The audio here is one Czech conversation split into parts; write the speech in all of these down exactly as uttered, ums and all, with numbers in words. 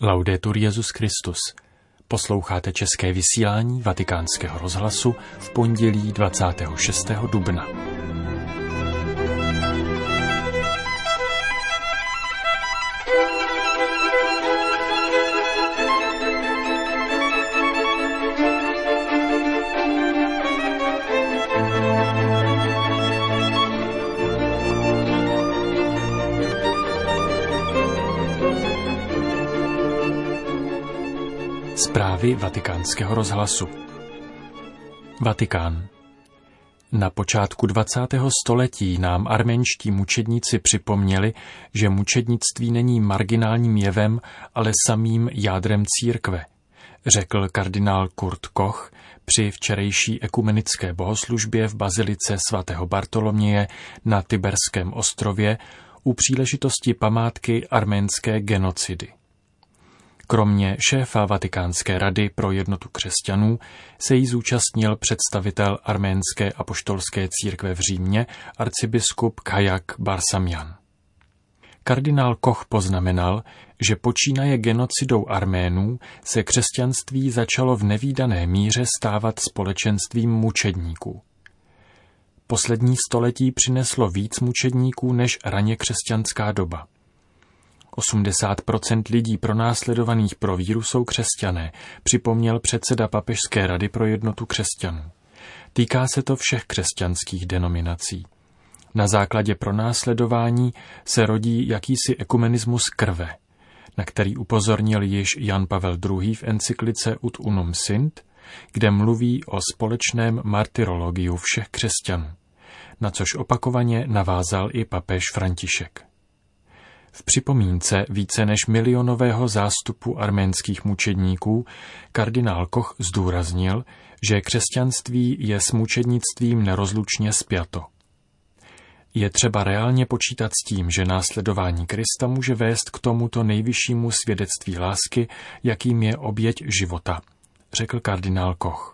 Laudetur Jesus Christus. Posloucháte české vysílání Vatikánského rozhlasu v pondělí dvacátého šestého dubna. Zprávy Vatikánského rozhlasu. Vatikán. Na počátku dvacátého století nám arménští mučedníci připomněli, že mučednictví není marginálním jevem, ale samým jádrem církve, řekl kardinál Kurt Koch při včerejší ekumenické bohoslužbě v bazilice svatého Bartoloměje na Tiberském ostrově u příležitosti památky arménské genocidy. Kromě šéfa Vatikánské rady pro jednotu křesťanů se jí zúčastnil představitel arménské apoštolské církve v Římě, arcibiskup Kajak Barsamjan. Kardinál Koch poznamenal, že počínaje genocidou Arménů se křesťanství začalo v nevídané míře stávat společenstvím mučedníků. Poslední století přineslo víc mučedníků než raně křesťanská doba. osmdesát procent lidí pronásledovaných pro víru jsou křesťané, připomněl předseda Papežské rady pro jednotu křesťanů. Týká se to všech křesťanských denominací. Na základě pronásledování se rodí jakýsi ekumenismus krve, na který upozornil již Jan Pavel druhý. V encyklice Ut Unum Sint, kde mluví o společném martyrologiu všech křesťanů, na což opakovaně navázal i papež František. V připomínce více než milionového zástupu arménských mučedníků kardinál Koch zdůraznil, že křesťanství je s mučednictvím nerozlučně spjato. Je třeba reálně počítat s tím, že následování Krista může vést k tomuto nejvyššímu svědectví lásky, jakým je oběť života, řekl kardinál Koch.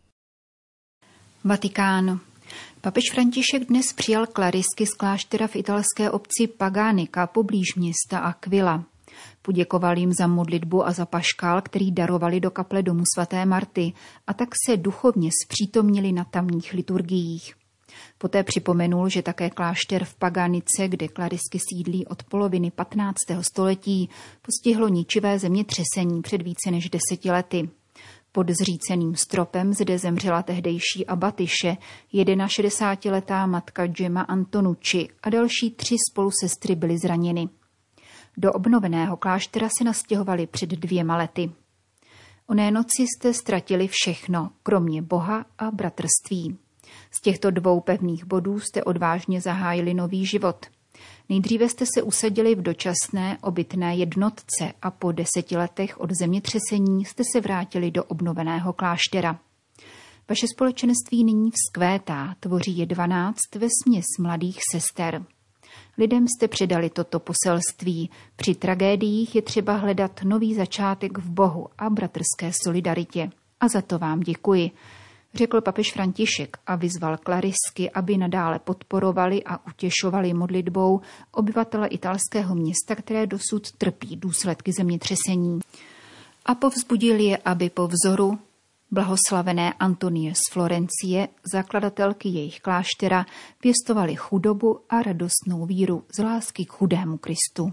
Vatikán. Papež František dnes přijal klarisky z kláštera v italské obci Paganica poblíž města Aquila. Poděkoval jim za modlitbu a za paškál, který darovali do kaple domu svaté Marty, a tak se duchovně zpřítomnili na tamních liturgiích. Poté připomenul, že také klášter v Paganice, kde klarisky sídlí od poloviny patnáctého století, postihlo ničivé zemětřesení před více než deseti lety. Pod zříceným stropem zde zemřela tehdejší abatyše, šedesátiletá matka Gemma Antonucci a další tři spolusestry byly zraněny. Do obnoveného kláštera se nastěhovali před dvěma lety. Oné noci jste ztratili všechno, kromě Boha a bratrství. Z těchto dvou pevných bodů jste odvážně zahájili nový život. Nejdříve jste se usadili v dočasné obytné jednotce a po deseti letech od zemětřesení jste se vrátili do obnoveného kláštera. Vaše společenství nyní vzkvétá, tvoří je dvanáct vesměs mladých sester. Lidem jste předali toto poselství. Při tragédiích je třeba hledat nový začátek v Bohu a bratrské solidaritě. A za to vám děkuji, řekl papež František a vyzval klarisky, aby nadále podporovali a utěšovali modlitbou obyvatele italského města, které dosud trpí důsledky zemětřesení. A povzbudil je, aby po vzoru blahoslavené Antonie z Florencie, zakladatelky jejich kláštera, pěstovali chudobu a radostnou víru z lásky k chudému Kristu.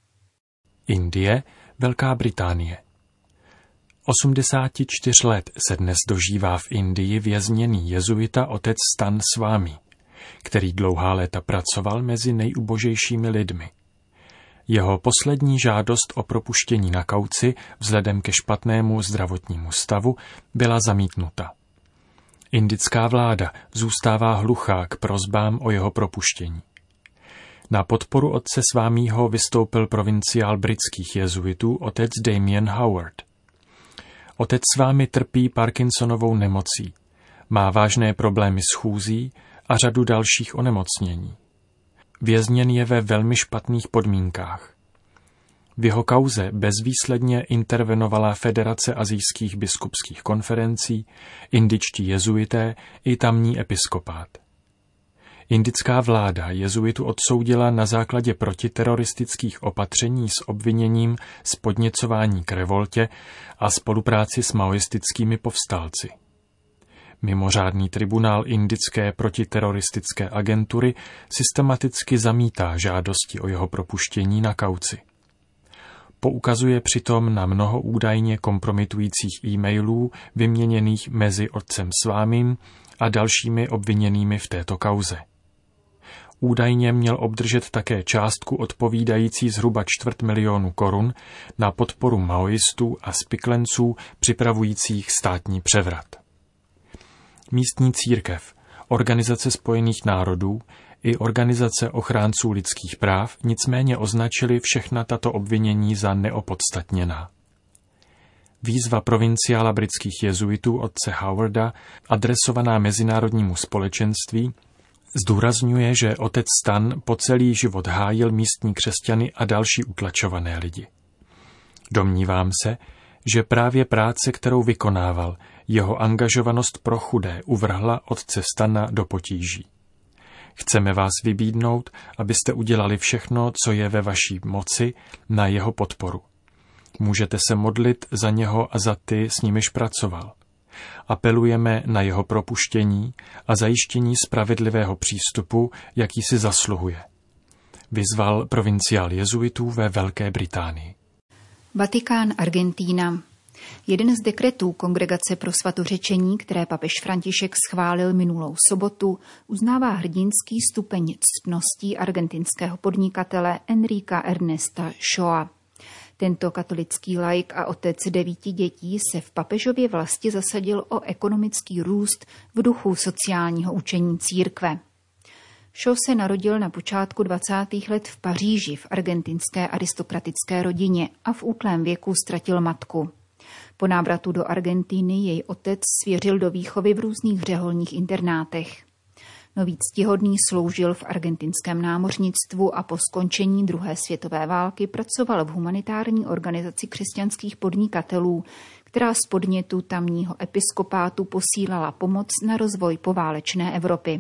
Indie, Velká Británie. osmdesát čtyři let se dnes dožívá v Indii vězněný jezuita otec Stan Swami, který dlouhá léta pracoval mezi nejubožejšími lidmi. Jeho poslední žádost o propuštění na kauci vzhledem ke špatnému zdravotnímu stavu byla zamítnuta. Indická vláda zůstává hluchá k prosbám o jeho propuštění. Na podporu otce Swamího vystoupil provinciál britských jezuitů otec Damien Howard. Otec Swami trpí Parkinsonovou nemocí, má vážné problémy s chůzí a řadu dalších onemocnění. Vězněn je ve velmi špatných podmínkách. V jeho kauze bezvýsledně intervenovala Federace asijských biskupských konferencí, indičtí jezuité i tamní episkopát. Indická vláda jezuitu odsoudila na základě protiteroristických opatření s obviněním z podněcování k revoltě a spolupráci s maoistickými povstalci. Mimořádný tribunál indické protiteroristické agentury systematicky zamítá žádosti o jeho propuštění na kauci. Poukazuje přitom na mnoho údajně kompromitujících e-mailů vyměněných mezi otcem Svámím a dalšími obviněnými v této kauze. Údajně měl obdržet také částku odpovídající zhruba čtvrt milionu korun na podporu maoistů a spiklenců připravujících státní převrat. Místní církev, Organizace spojených národů i Organizace ochránců lidských práv nicméně označili všechna tato obvinění za neopodstatněná. Výzva provinciála britských jezuitů otce Howarda, adresovaná mezinárodnímu společenství, zdůrazňuje, že otec Stan po celý život hájil místní křesťany a další utlačované lidi. Domnívám se, že právě práce, kterou vykonával, jeho angažovanost pro chudé uvrhla otce Stana do potíží. Chceme vás vybídnout, abyste udělali všechno, co je ve vaší moci, na jeho podporu. Můžete se modlit za něho a za ty, s nimiž pracoval. Apelujeme na jeho propuštění a zajištění spravedlivého přístupu, jaký si zasluhuje. Vyzval provinciál jezuitů ve Velké Británii. Vatikán, Argentína. Jeden z dekretů Kongregace pro svatořečení, které papež František schválil minulou sobotu, uznává hrdinský stupeň ctností argentinského podnikatele Enrica Ernesta Shoa. Tento katolický laik a otec devíti dětí se v papežově vlasti zasadil o ekonomický růst v duchu sociálního učení církve. Shaw se narodil na počátku dvacátých let v Paříži v argentinské aristokratické rodině a v útlém věku ztratil matku. Po návratu do Argentiny jej otec svěřil do výchovy v různých řeholních internátech. Nový ctihodný sloužil v argentinském námořnictvu a po skončení druhé světové války pracoval v humanitární organizaci křesťanských podnikatelů, která z podnětu tamního episkopátu posílala pomoc na rozvoj poválečné Evropy.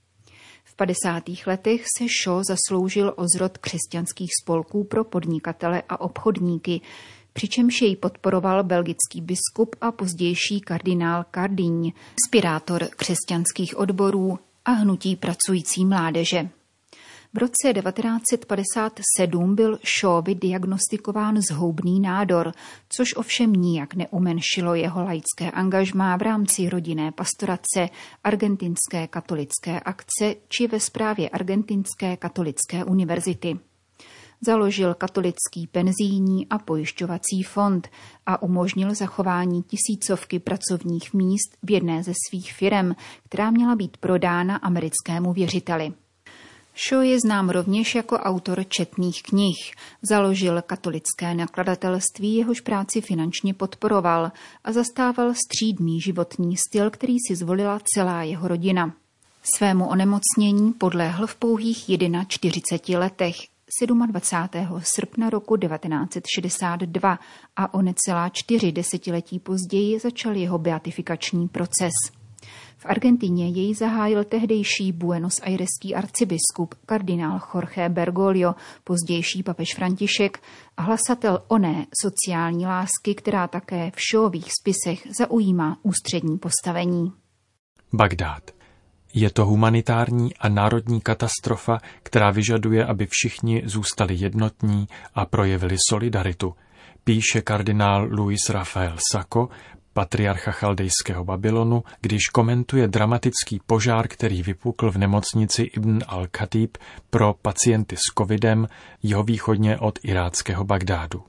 V padesátých letech se Shaw zasloužil o zrod křesťanských spolků pro podnikatele a obchodníky, přičemž jej podporoval belgický biskup a pozdější kardinál Cardigne, inspirátor křesťanských odborů a hnutí pracující mládeže. V roce devatenáct set padesát sedm byl Shawovi diagnostikován zhoubný nádor, což ovšem nijak neumenšilo jeho laické angažmá v rámci rodinné pastorace, argentinské katolické akce či ve správě Argentinské katolické univerzity. Založil katolický penzijní a pojišťovací fond a umožnil zachování tisícovky pracovních míst v jedné ze svých firem, která měla být prodána americkému věřiteli. Shaw je znám rovněž jako autor četných knih. Založil katolické nakladatelství, jehož práci finančně podporoval a zastával střídmý životní styl, který si zvolila celá jeho rodina. Svému onemocnění podléhl v pouhých čtyřiceti jedné letech, dvacátého sedmého srpna roku devatenáct set šedesát dva, a o necelá čtyři desetiletí později začal jeho beatifikační proces. V Argentině jej zahájil tehdejší Buenos Aireský arcibiskup kardinál Jorge Bergoglio, pozdější papež František a hlasatel oné sociální lásky, která také v Shawových spisech zaujímá ústřední postavení. Bagdád. Je to humanitární a národní katastrofa, která vyžaduje, aby všichni zůstali jednotní a projevili solidaritu, píše kardinál Luis Rafael Sacco, patriarcha chaldejského Babylonu, když komentuje dramatický požár, který vypukl v nemocnici Ibn al-Khatib pro pacienty s covidem jihovýchodně od iráckého Bagdádu.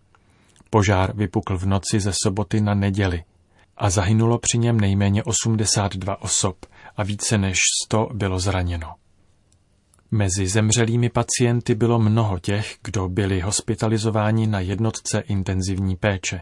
Požár vypukl v noci ze soboty na neděli a zahynulo při něm nejméně osmdesát dva osob a více než sto bylo zraněno. Mezi zemřelými pacienty bylo mnoho těch, kdo byli hospitalizováni na jednotce intenzivní péče.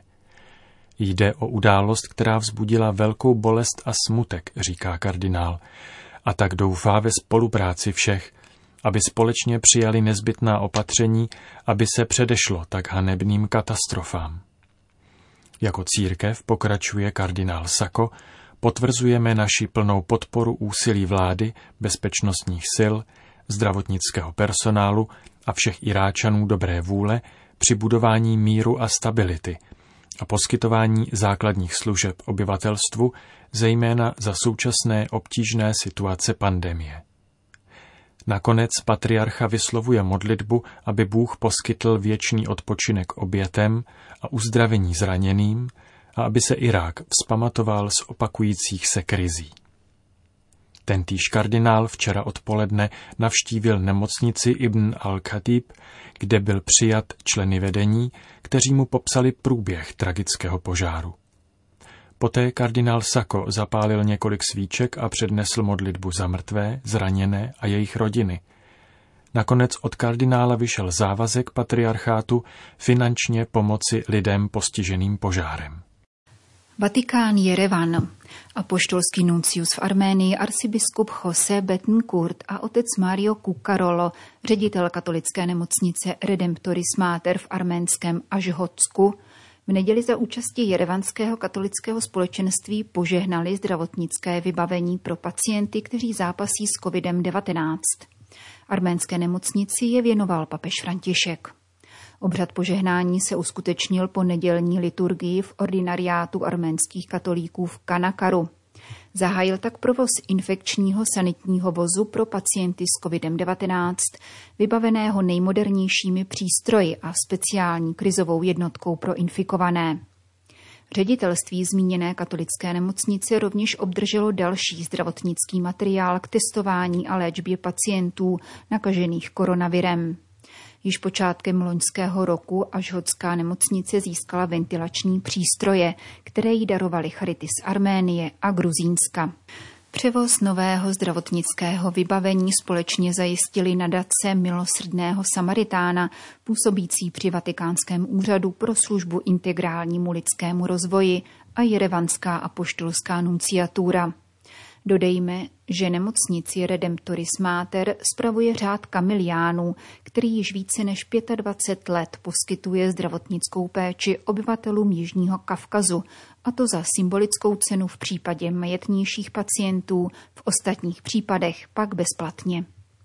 Jde o událost, která vzbudila velkou bolest a smutek, říká kardinál, a tak doufá ve spolupráci všech, aby společně přijali nezbytná opatření, aby se předešlo tak hanebným katastrofám. Jako církev, pokračuje kardinál Sacco, Potvrzujeme naši plnou podporu úsilí vlády, bezpečnostních sil, zdravotnického personálu a všech Iráčanů dobré vůle při budování míru a stability a poskytování základních služeb obyvatelstvu, zejména za současné obtížné situace pandemie. Nakonec patriarcha vyslovuje modlitbu, aby Bůh poskytl věčný odpočinek obětem a uzdravení zraněným a aby se Irák vzpamatoval z opakujících se krizí. Tentýž kardinál včera odpoledne navštívil nemocnici Ibn al-Khatib, kde byl přijat členy vedení, kteří mu popsali průběh tragického požáru. Poté kardinál Sacco zapálil několik svíček a přednesl modlitbu za mrtvé, zraněné a jejich rodiny. Nakonec od kardinála vyšel závazek patriarchátu finančně pomoci lidem postiženým požárem. Vatikán, Jerevan. Apoštolský nuncius v Arménii arcibiskup José Betancourt a otec Mario Cuccarolo, ředitel katolické nemocnice Redemptoris Mater v arménském Ažhotsku, v neděli za účasti jerevanského katolického společenství požehnali zdravotnické vybavení pro pacienty, kteří zápasí s kovidem devatenáct. Arménské nemocnici je věnoval papež František. Obřad požehnání se uskutečnil po nedělní liturgii v ordinariátu arménských katolíků v Kanakaru. Zahájil tak provoz infekčního sanitního vozu pro pacienty s kovidem devatenáct, vybaveného nejmodernějšími přístroji a speciální krizovou jednotkou pro infikované. Ředitelství zmíněné katolické nemocnice rovněž obdrželo další zdravotnický materiál k testování a léčbě pacientů nakažených koronavirem. Již počátkem loňského roku Ažhotská nemocnice získala ventilační přístroje, které jí darovaly charity z Arménie a Gruzínska. Převoz nového zdravotnického vybavení společně zajistili nadace Milosrdného Samaritána, působící při Vatikánském úřadu pro službu integrálnímu lidskému rozvoji, a Jerevanská apoštolská nunciatura. Dodejme, že nemocnici Redemptoris Mater spravuje řád Kamiliánů, který již více než dvacet pět let poskytuje zdravotnickou péči obyvatelům Jižního Kavkazu, a to za symbolickou cenu v případě majetnějších pacientů, v ostatních případech pak bezplatně.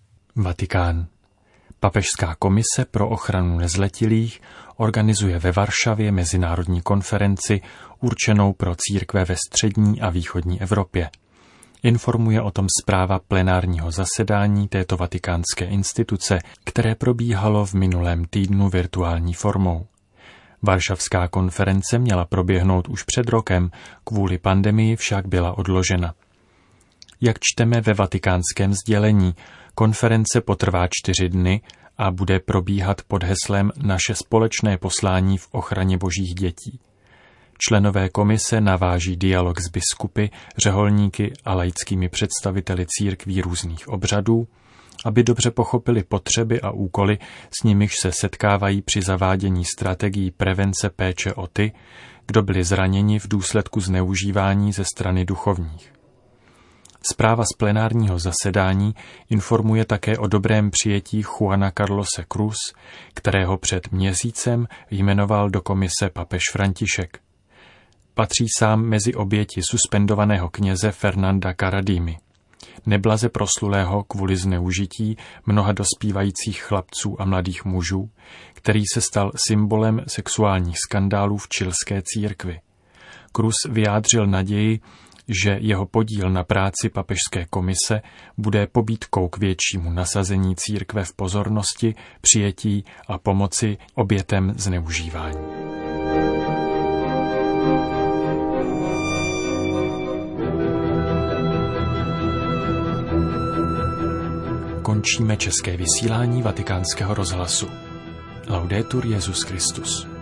Vatikán. Papežská komise pro ochranu nezletilých organizuje ve Varšavě mezinárodní konferenci určenou pro církve ve střední a východní Evropě. Informuje o tom zpráva plenárního zasedání této vatikánské instituce, které probíhalo v minulém týdnu virtuální formou. Varšavská konference měla proběhnout už před rokem, kvůli pandemii však byla odložena. Jak čteme ve vatikánském sdělení, konference potrvá čtyři dny a bude probíhat pod heslem Naše společné poslání v ochraně božích dětí. Členové komise naváží dialog s biskupy, řeholníky a laickými představiteli církví různých obřadů, aby dobře pochopili potřeby a úkoly, s nimiž se setkávají při zavádění strategií prevence péče o ty, kdo byli zraněni v důsledku zneužívání ze strany duchovních. Zpráva z plenárního zasedání informuje také o dobrém přijetí Juana Carlose Cruz, kterého před měsícem jmenoval do komise papež František. Patří sám mezi oběti suspendovaného kněze Fernanda Karadimy, neblaze proslulého kvůli zneužití mnoha dospívajících chlapců a mladých mužů, který se stal symbolem sexuálních skandálů v chilské církvi. Cruz vyjádřil naději, že jeho podíl na práci papežské komise bude pobídkou k většímu nasazení církve v pozornosti, přijetí a pomoci obětem zneužívání. Končíme české vysílání Vatikánského rozhlasu. Laudetur Jesus Christus.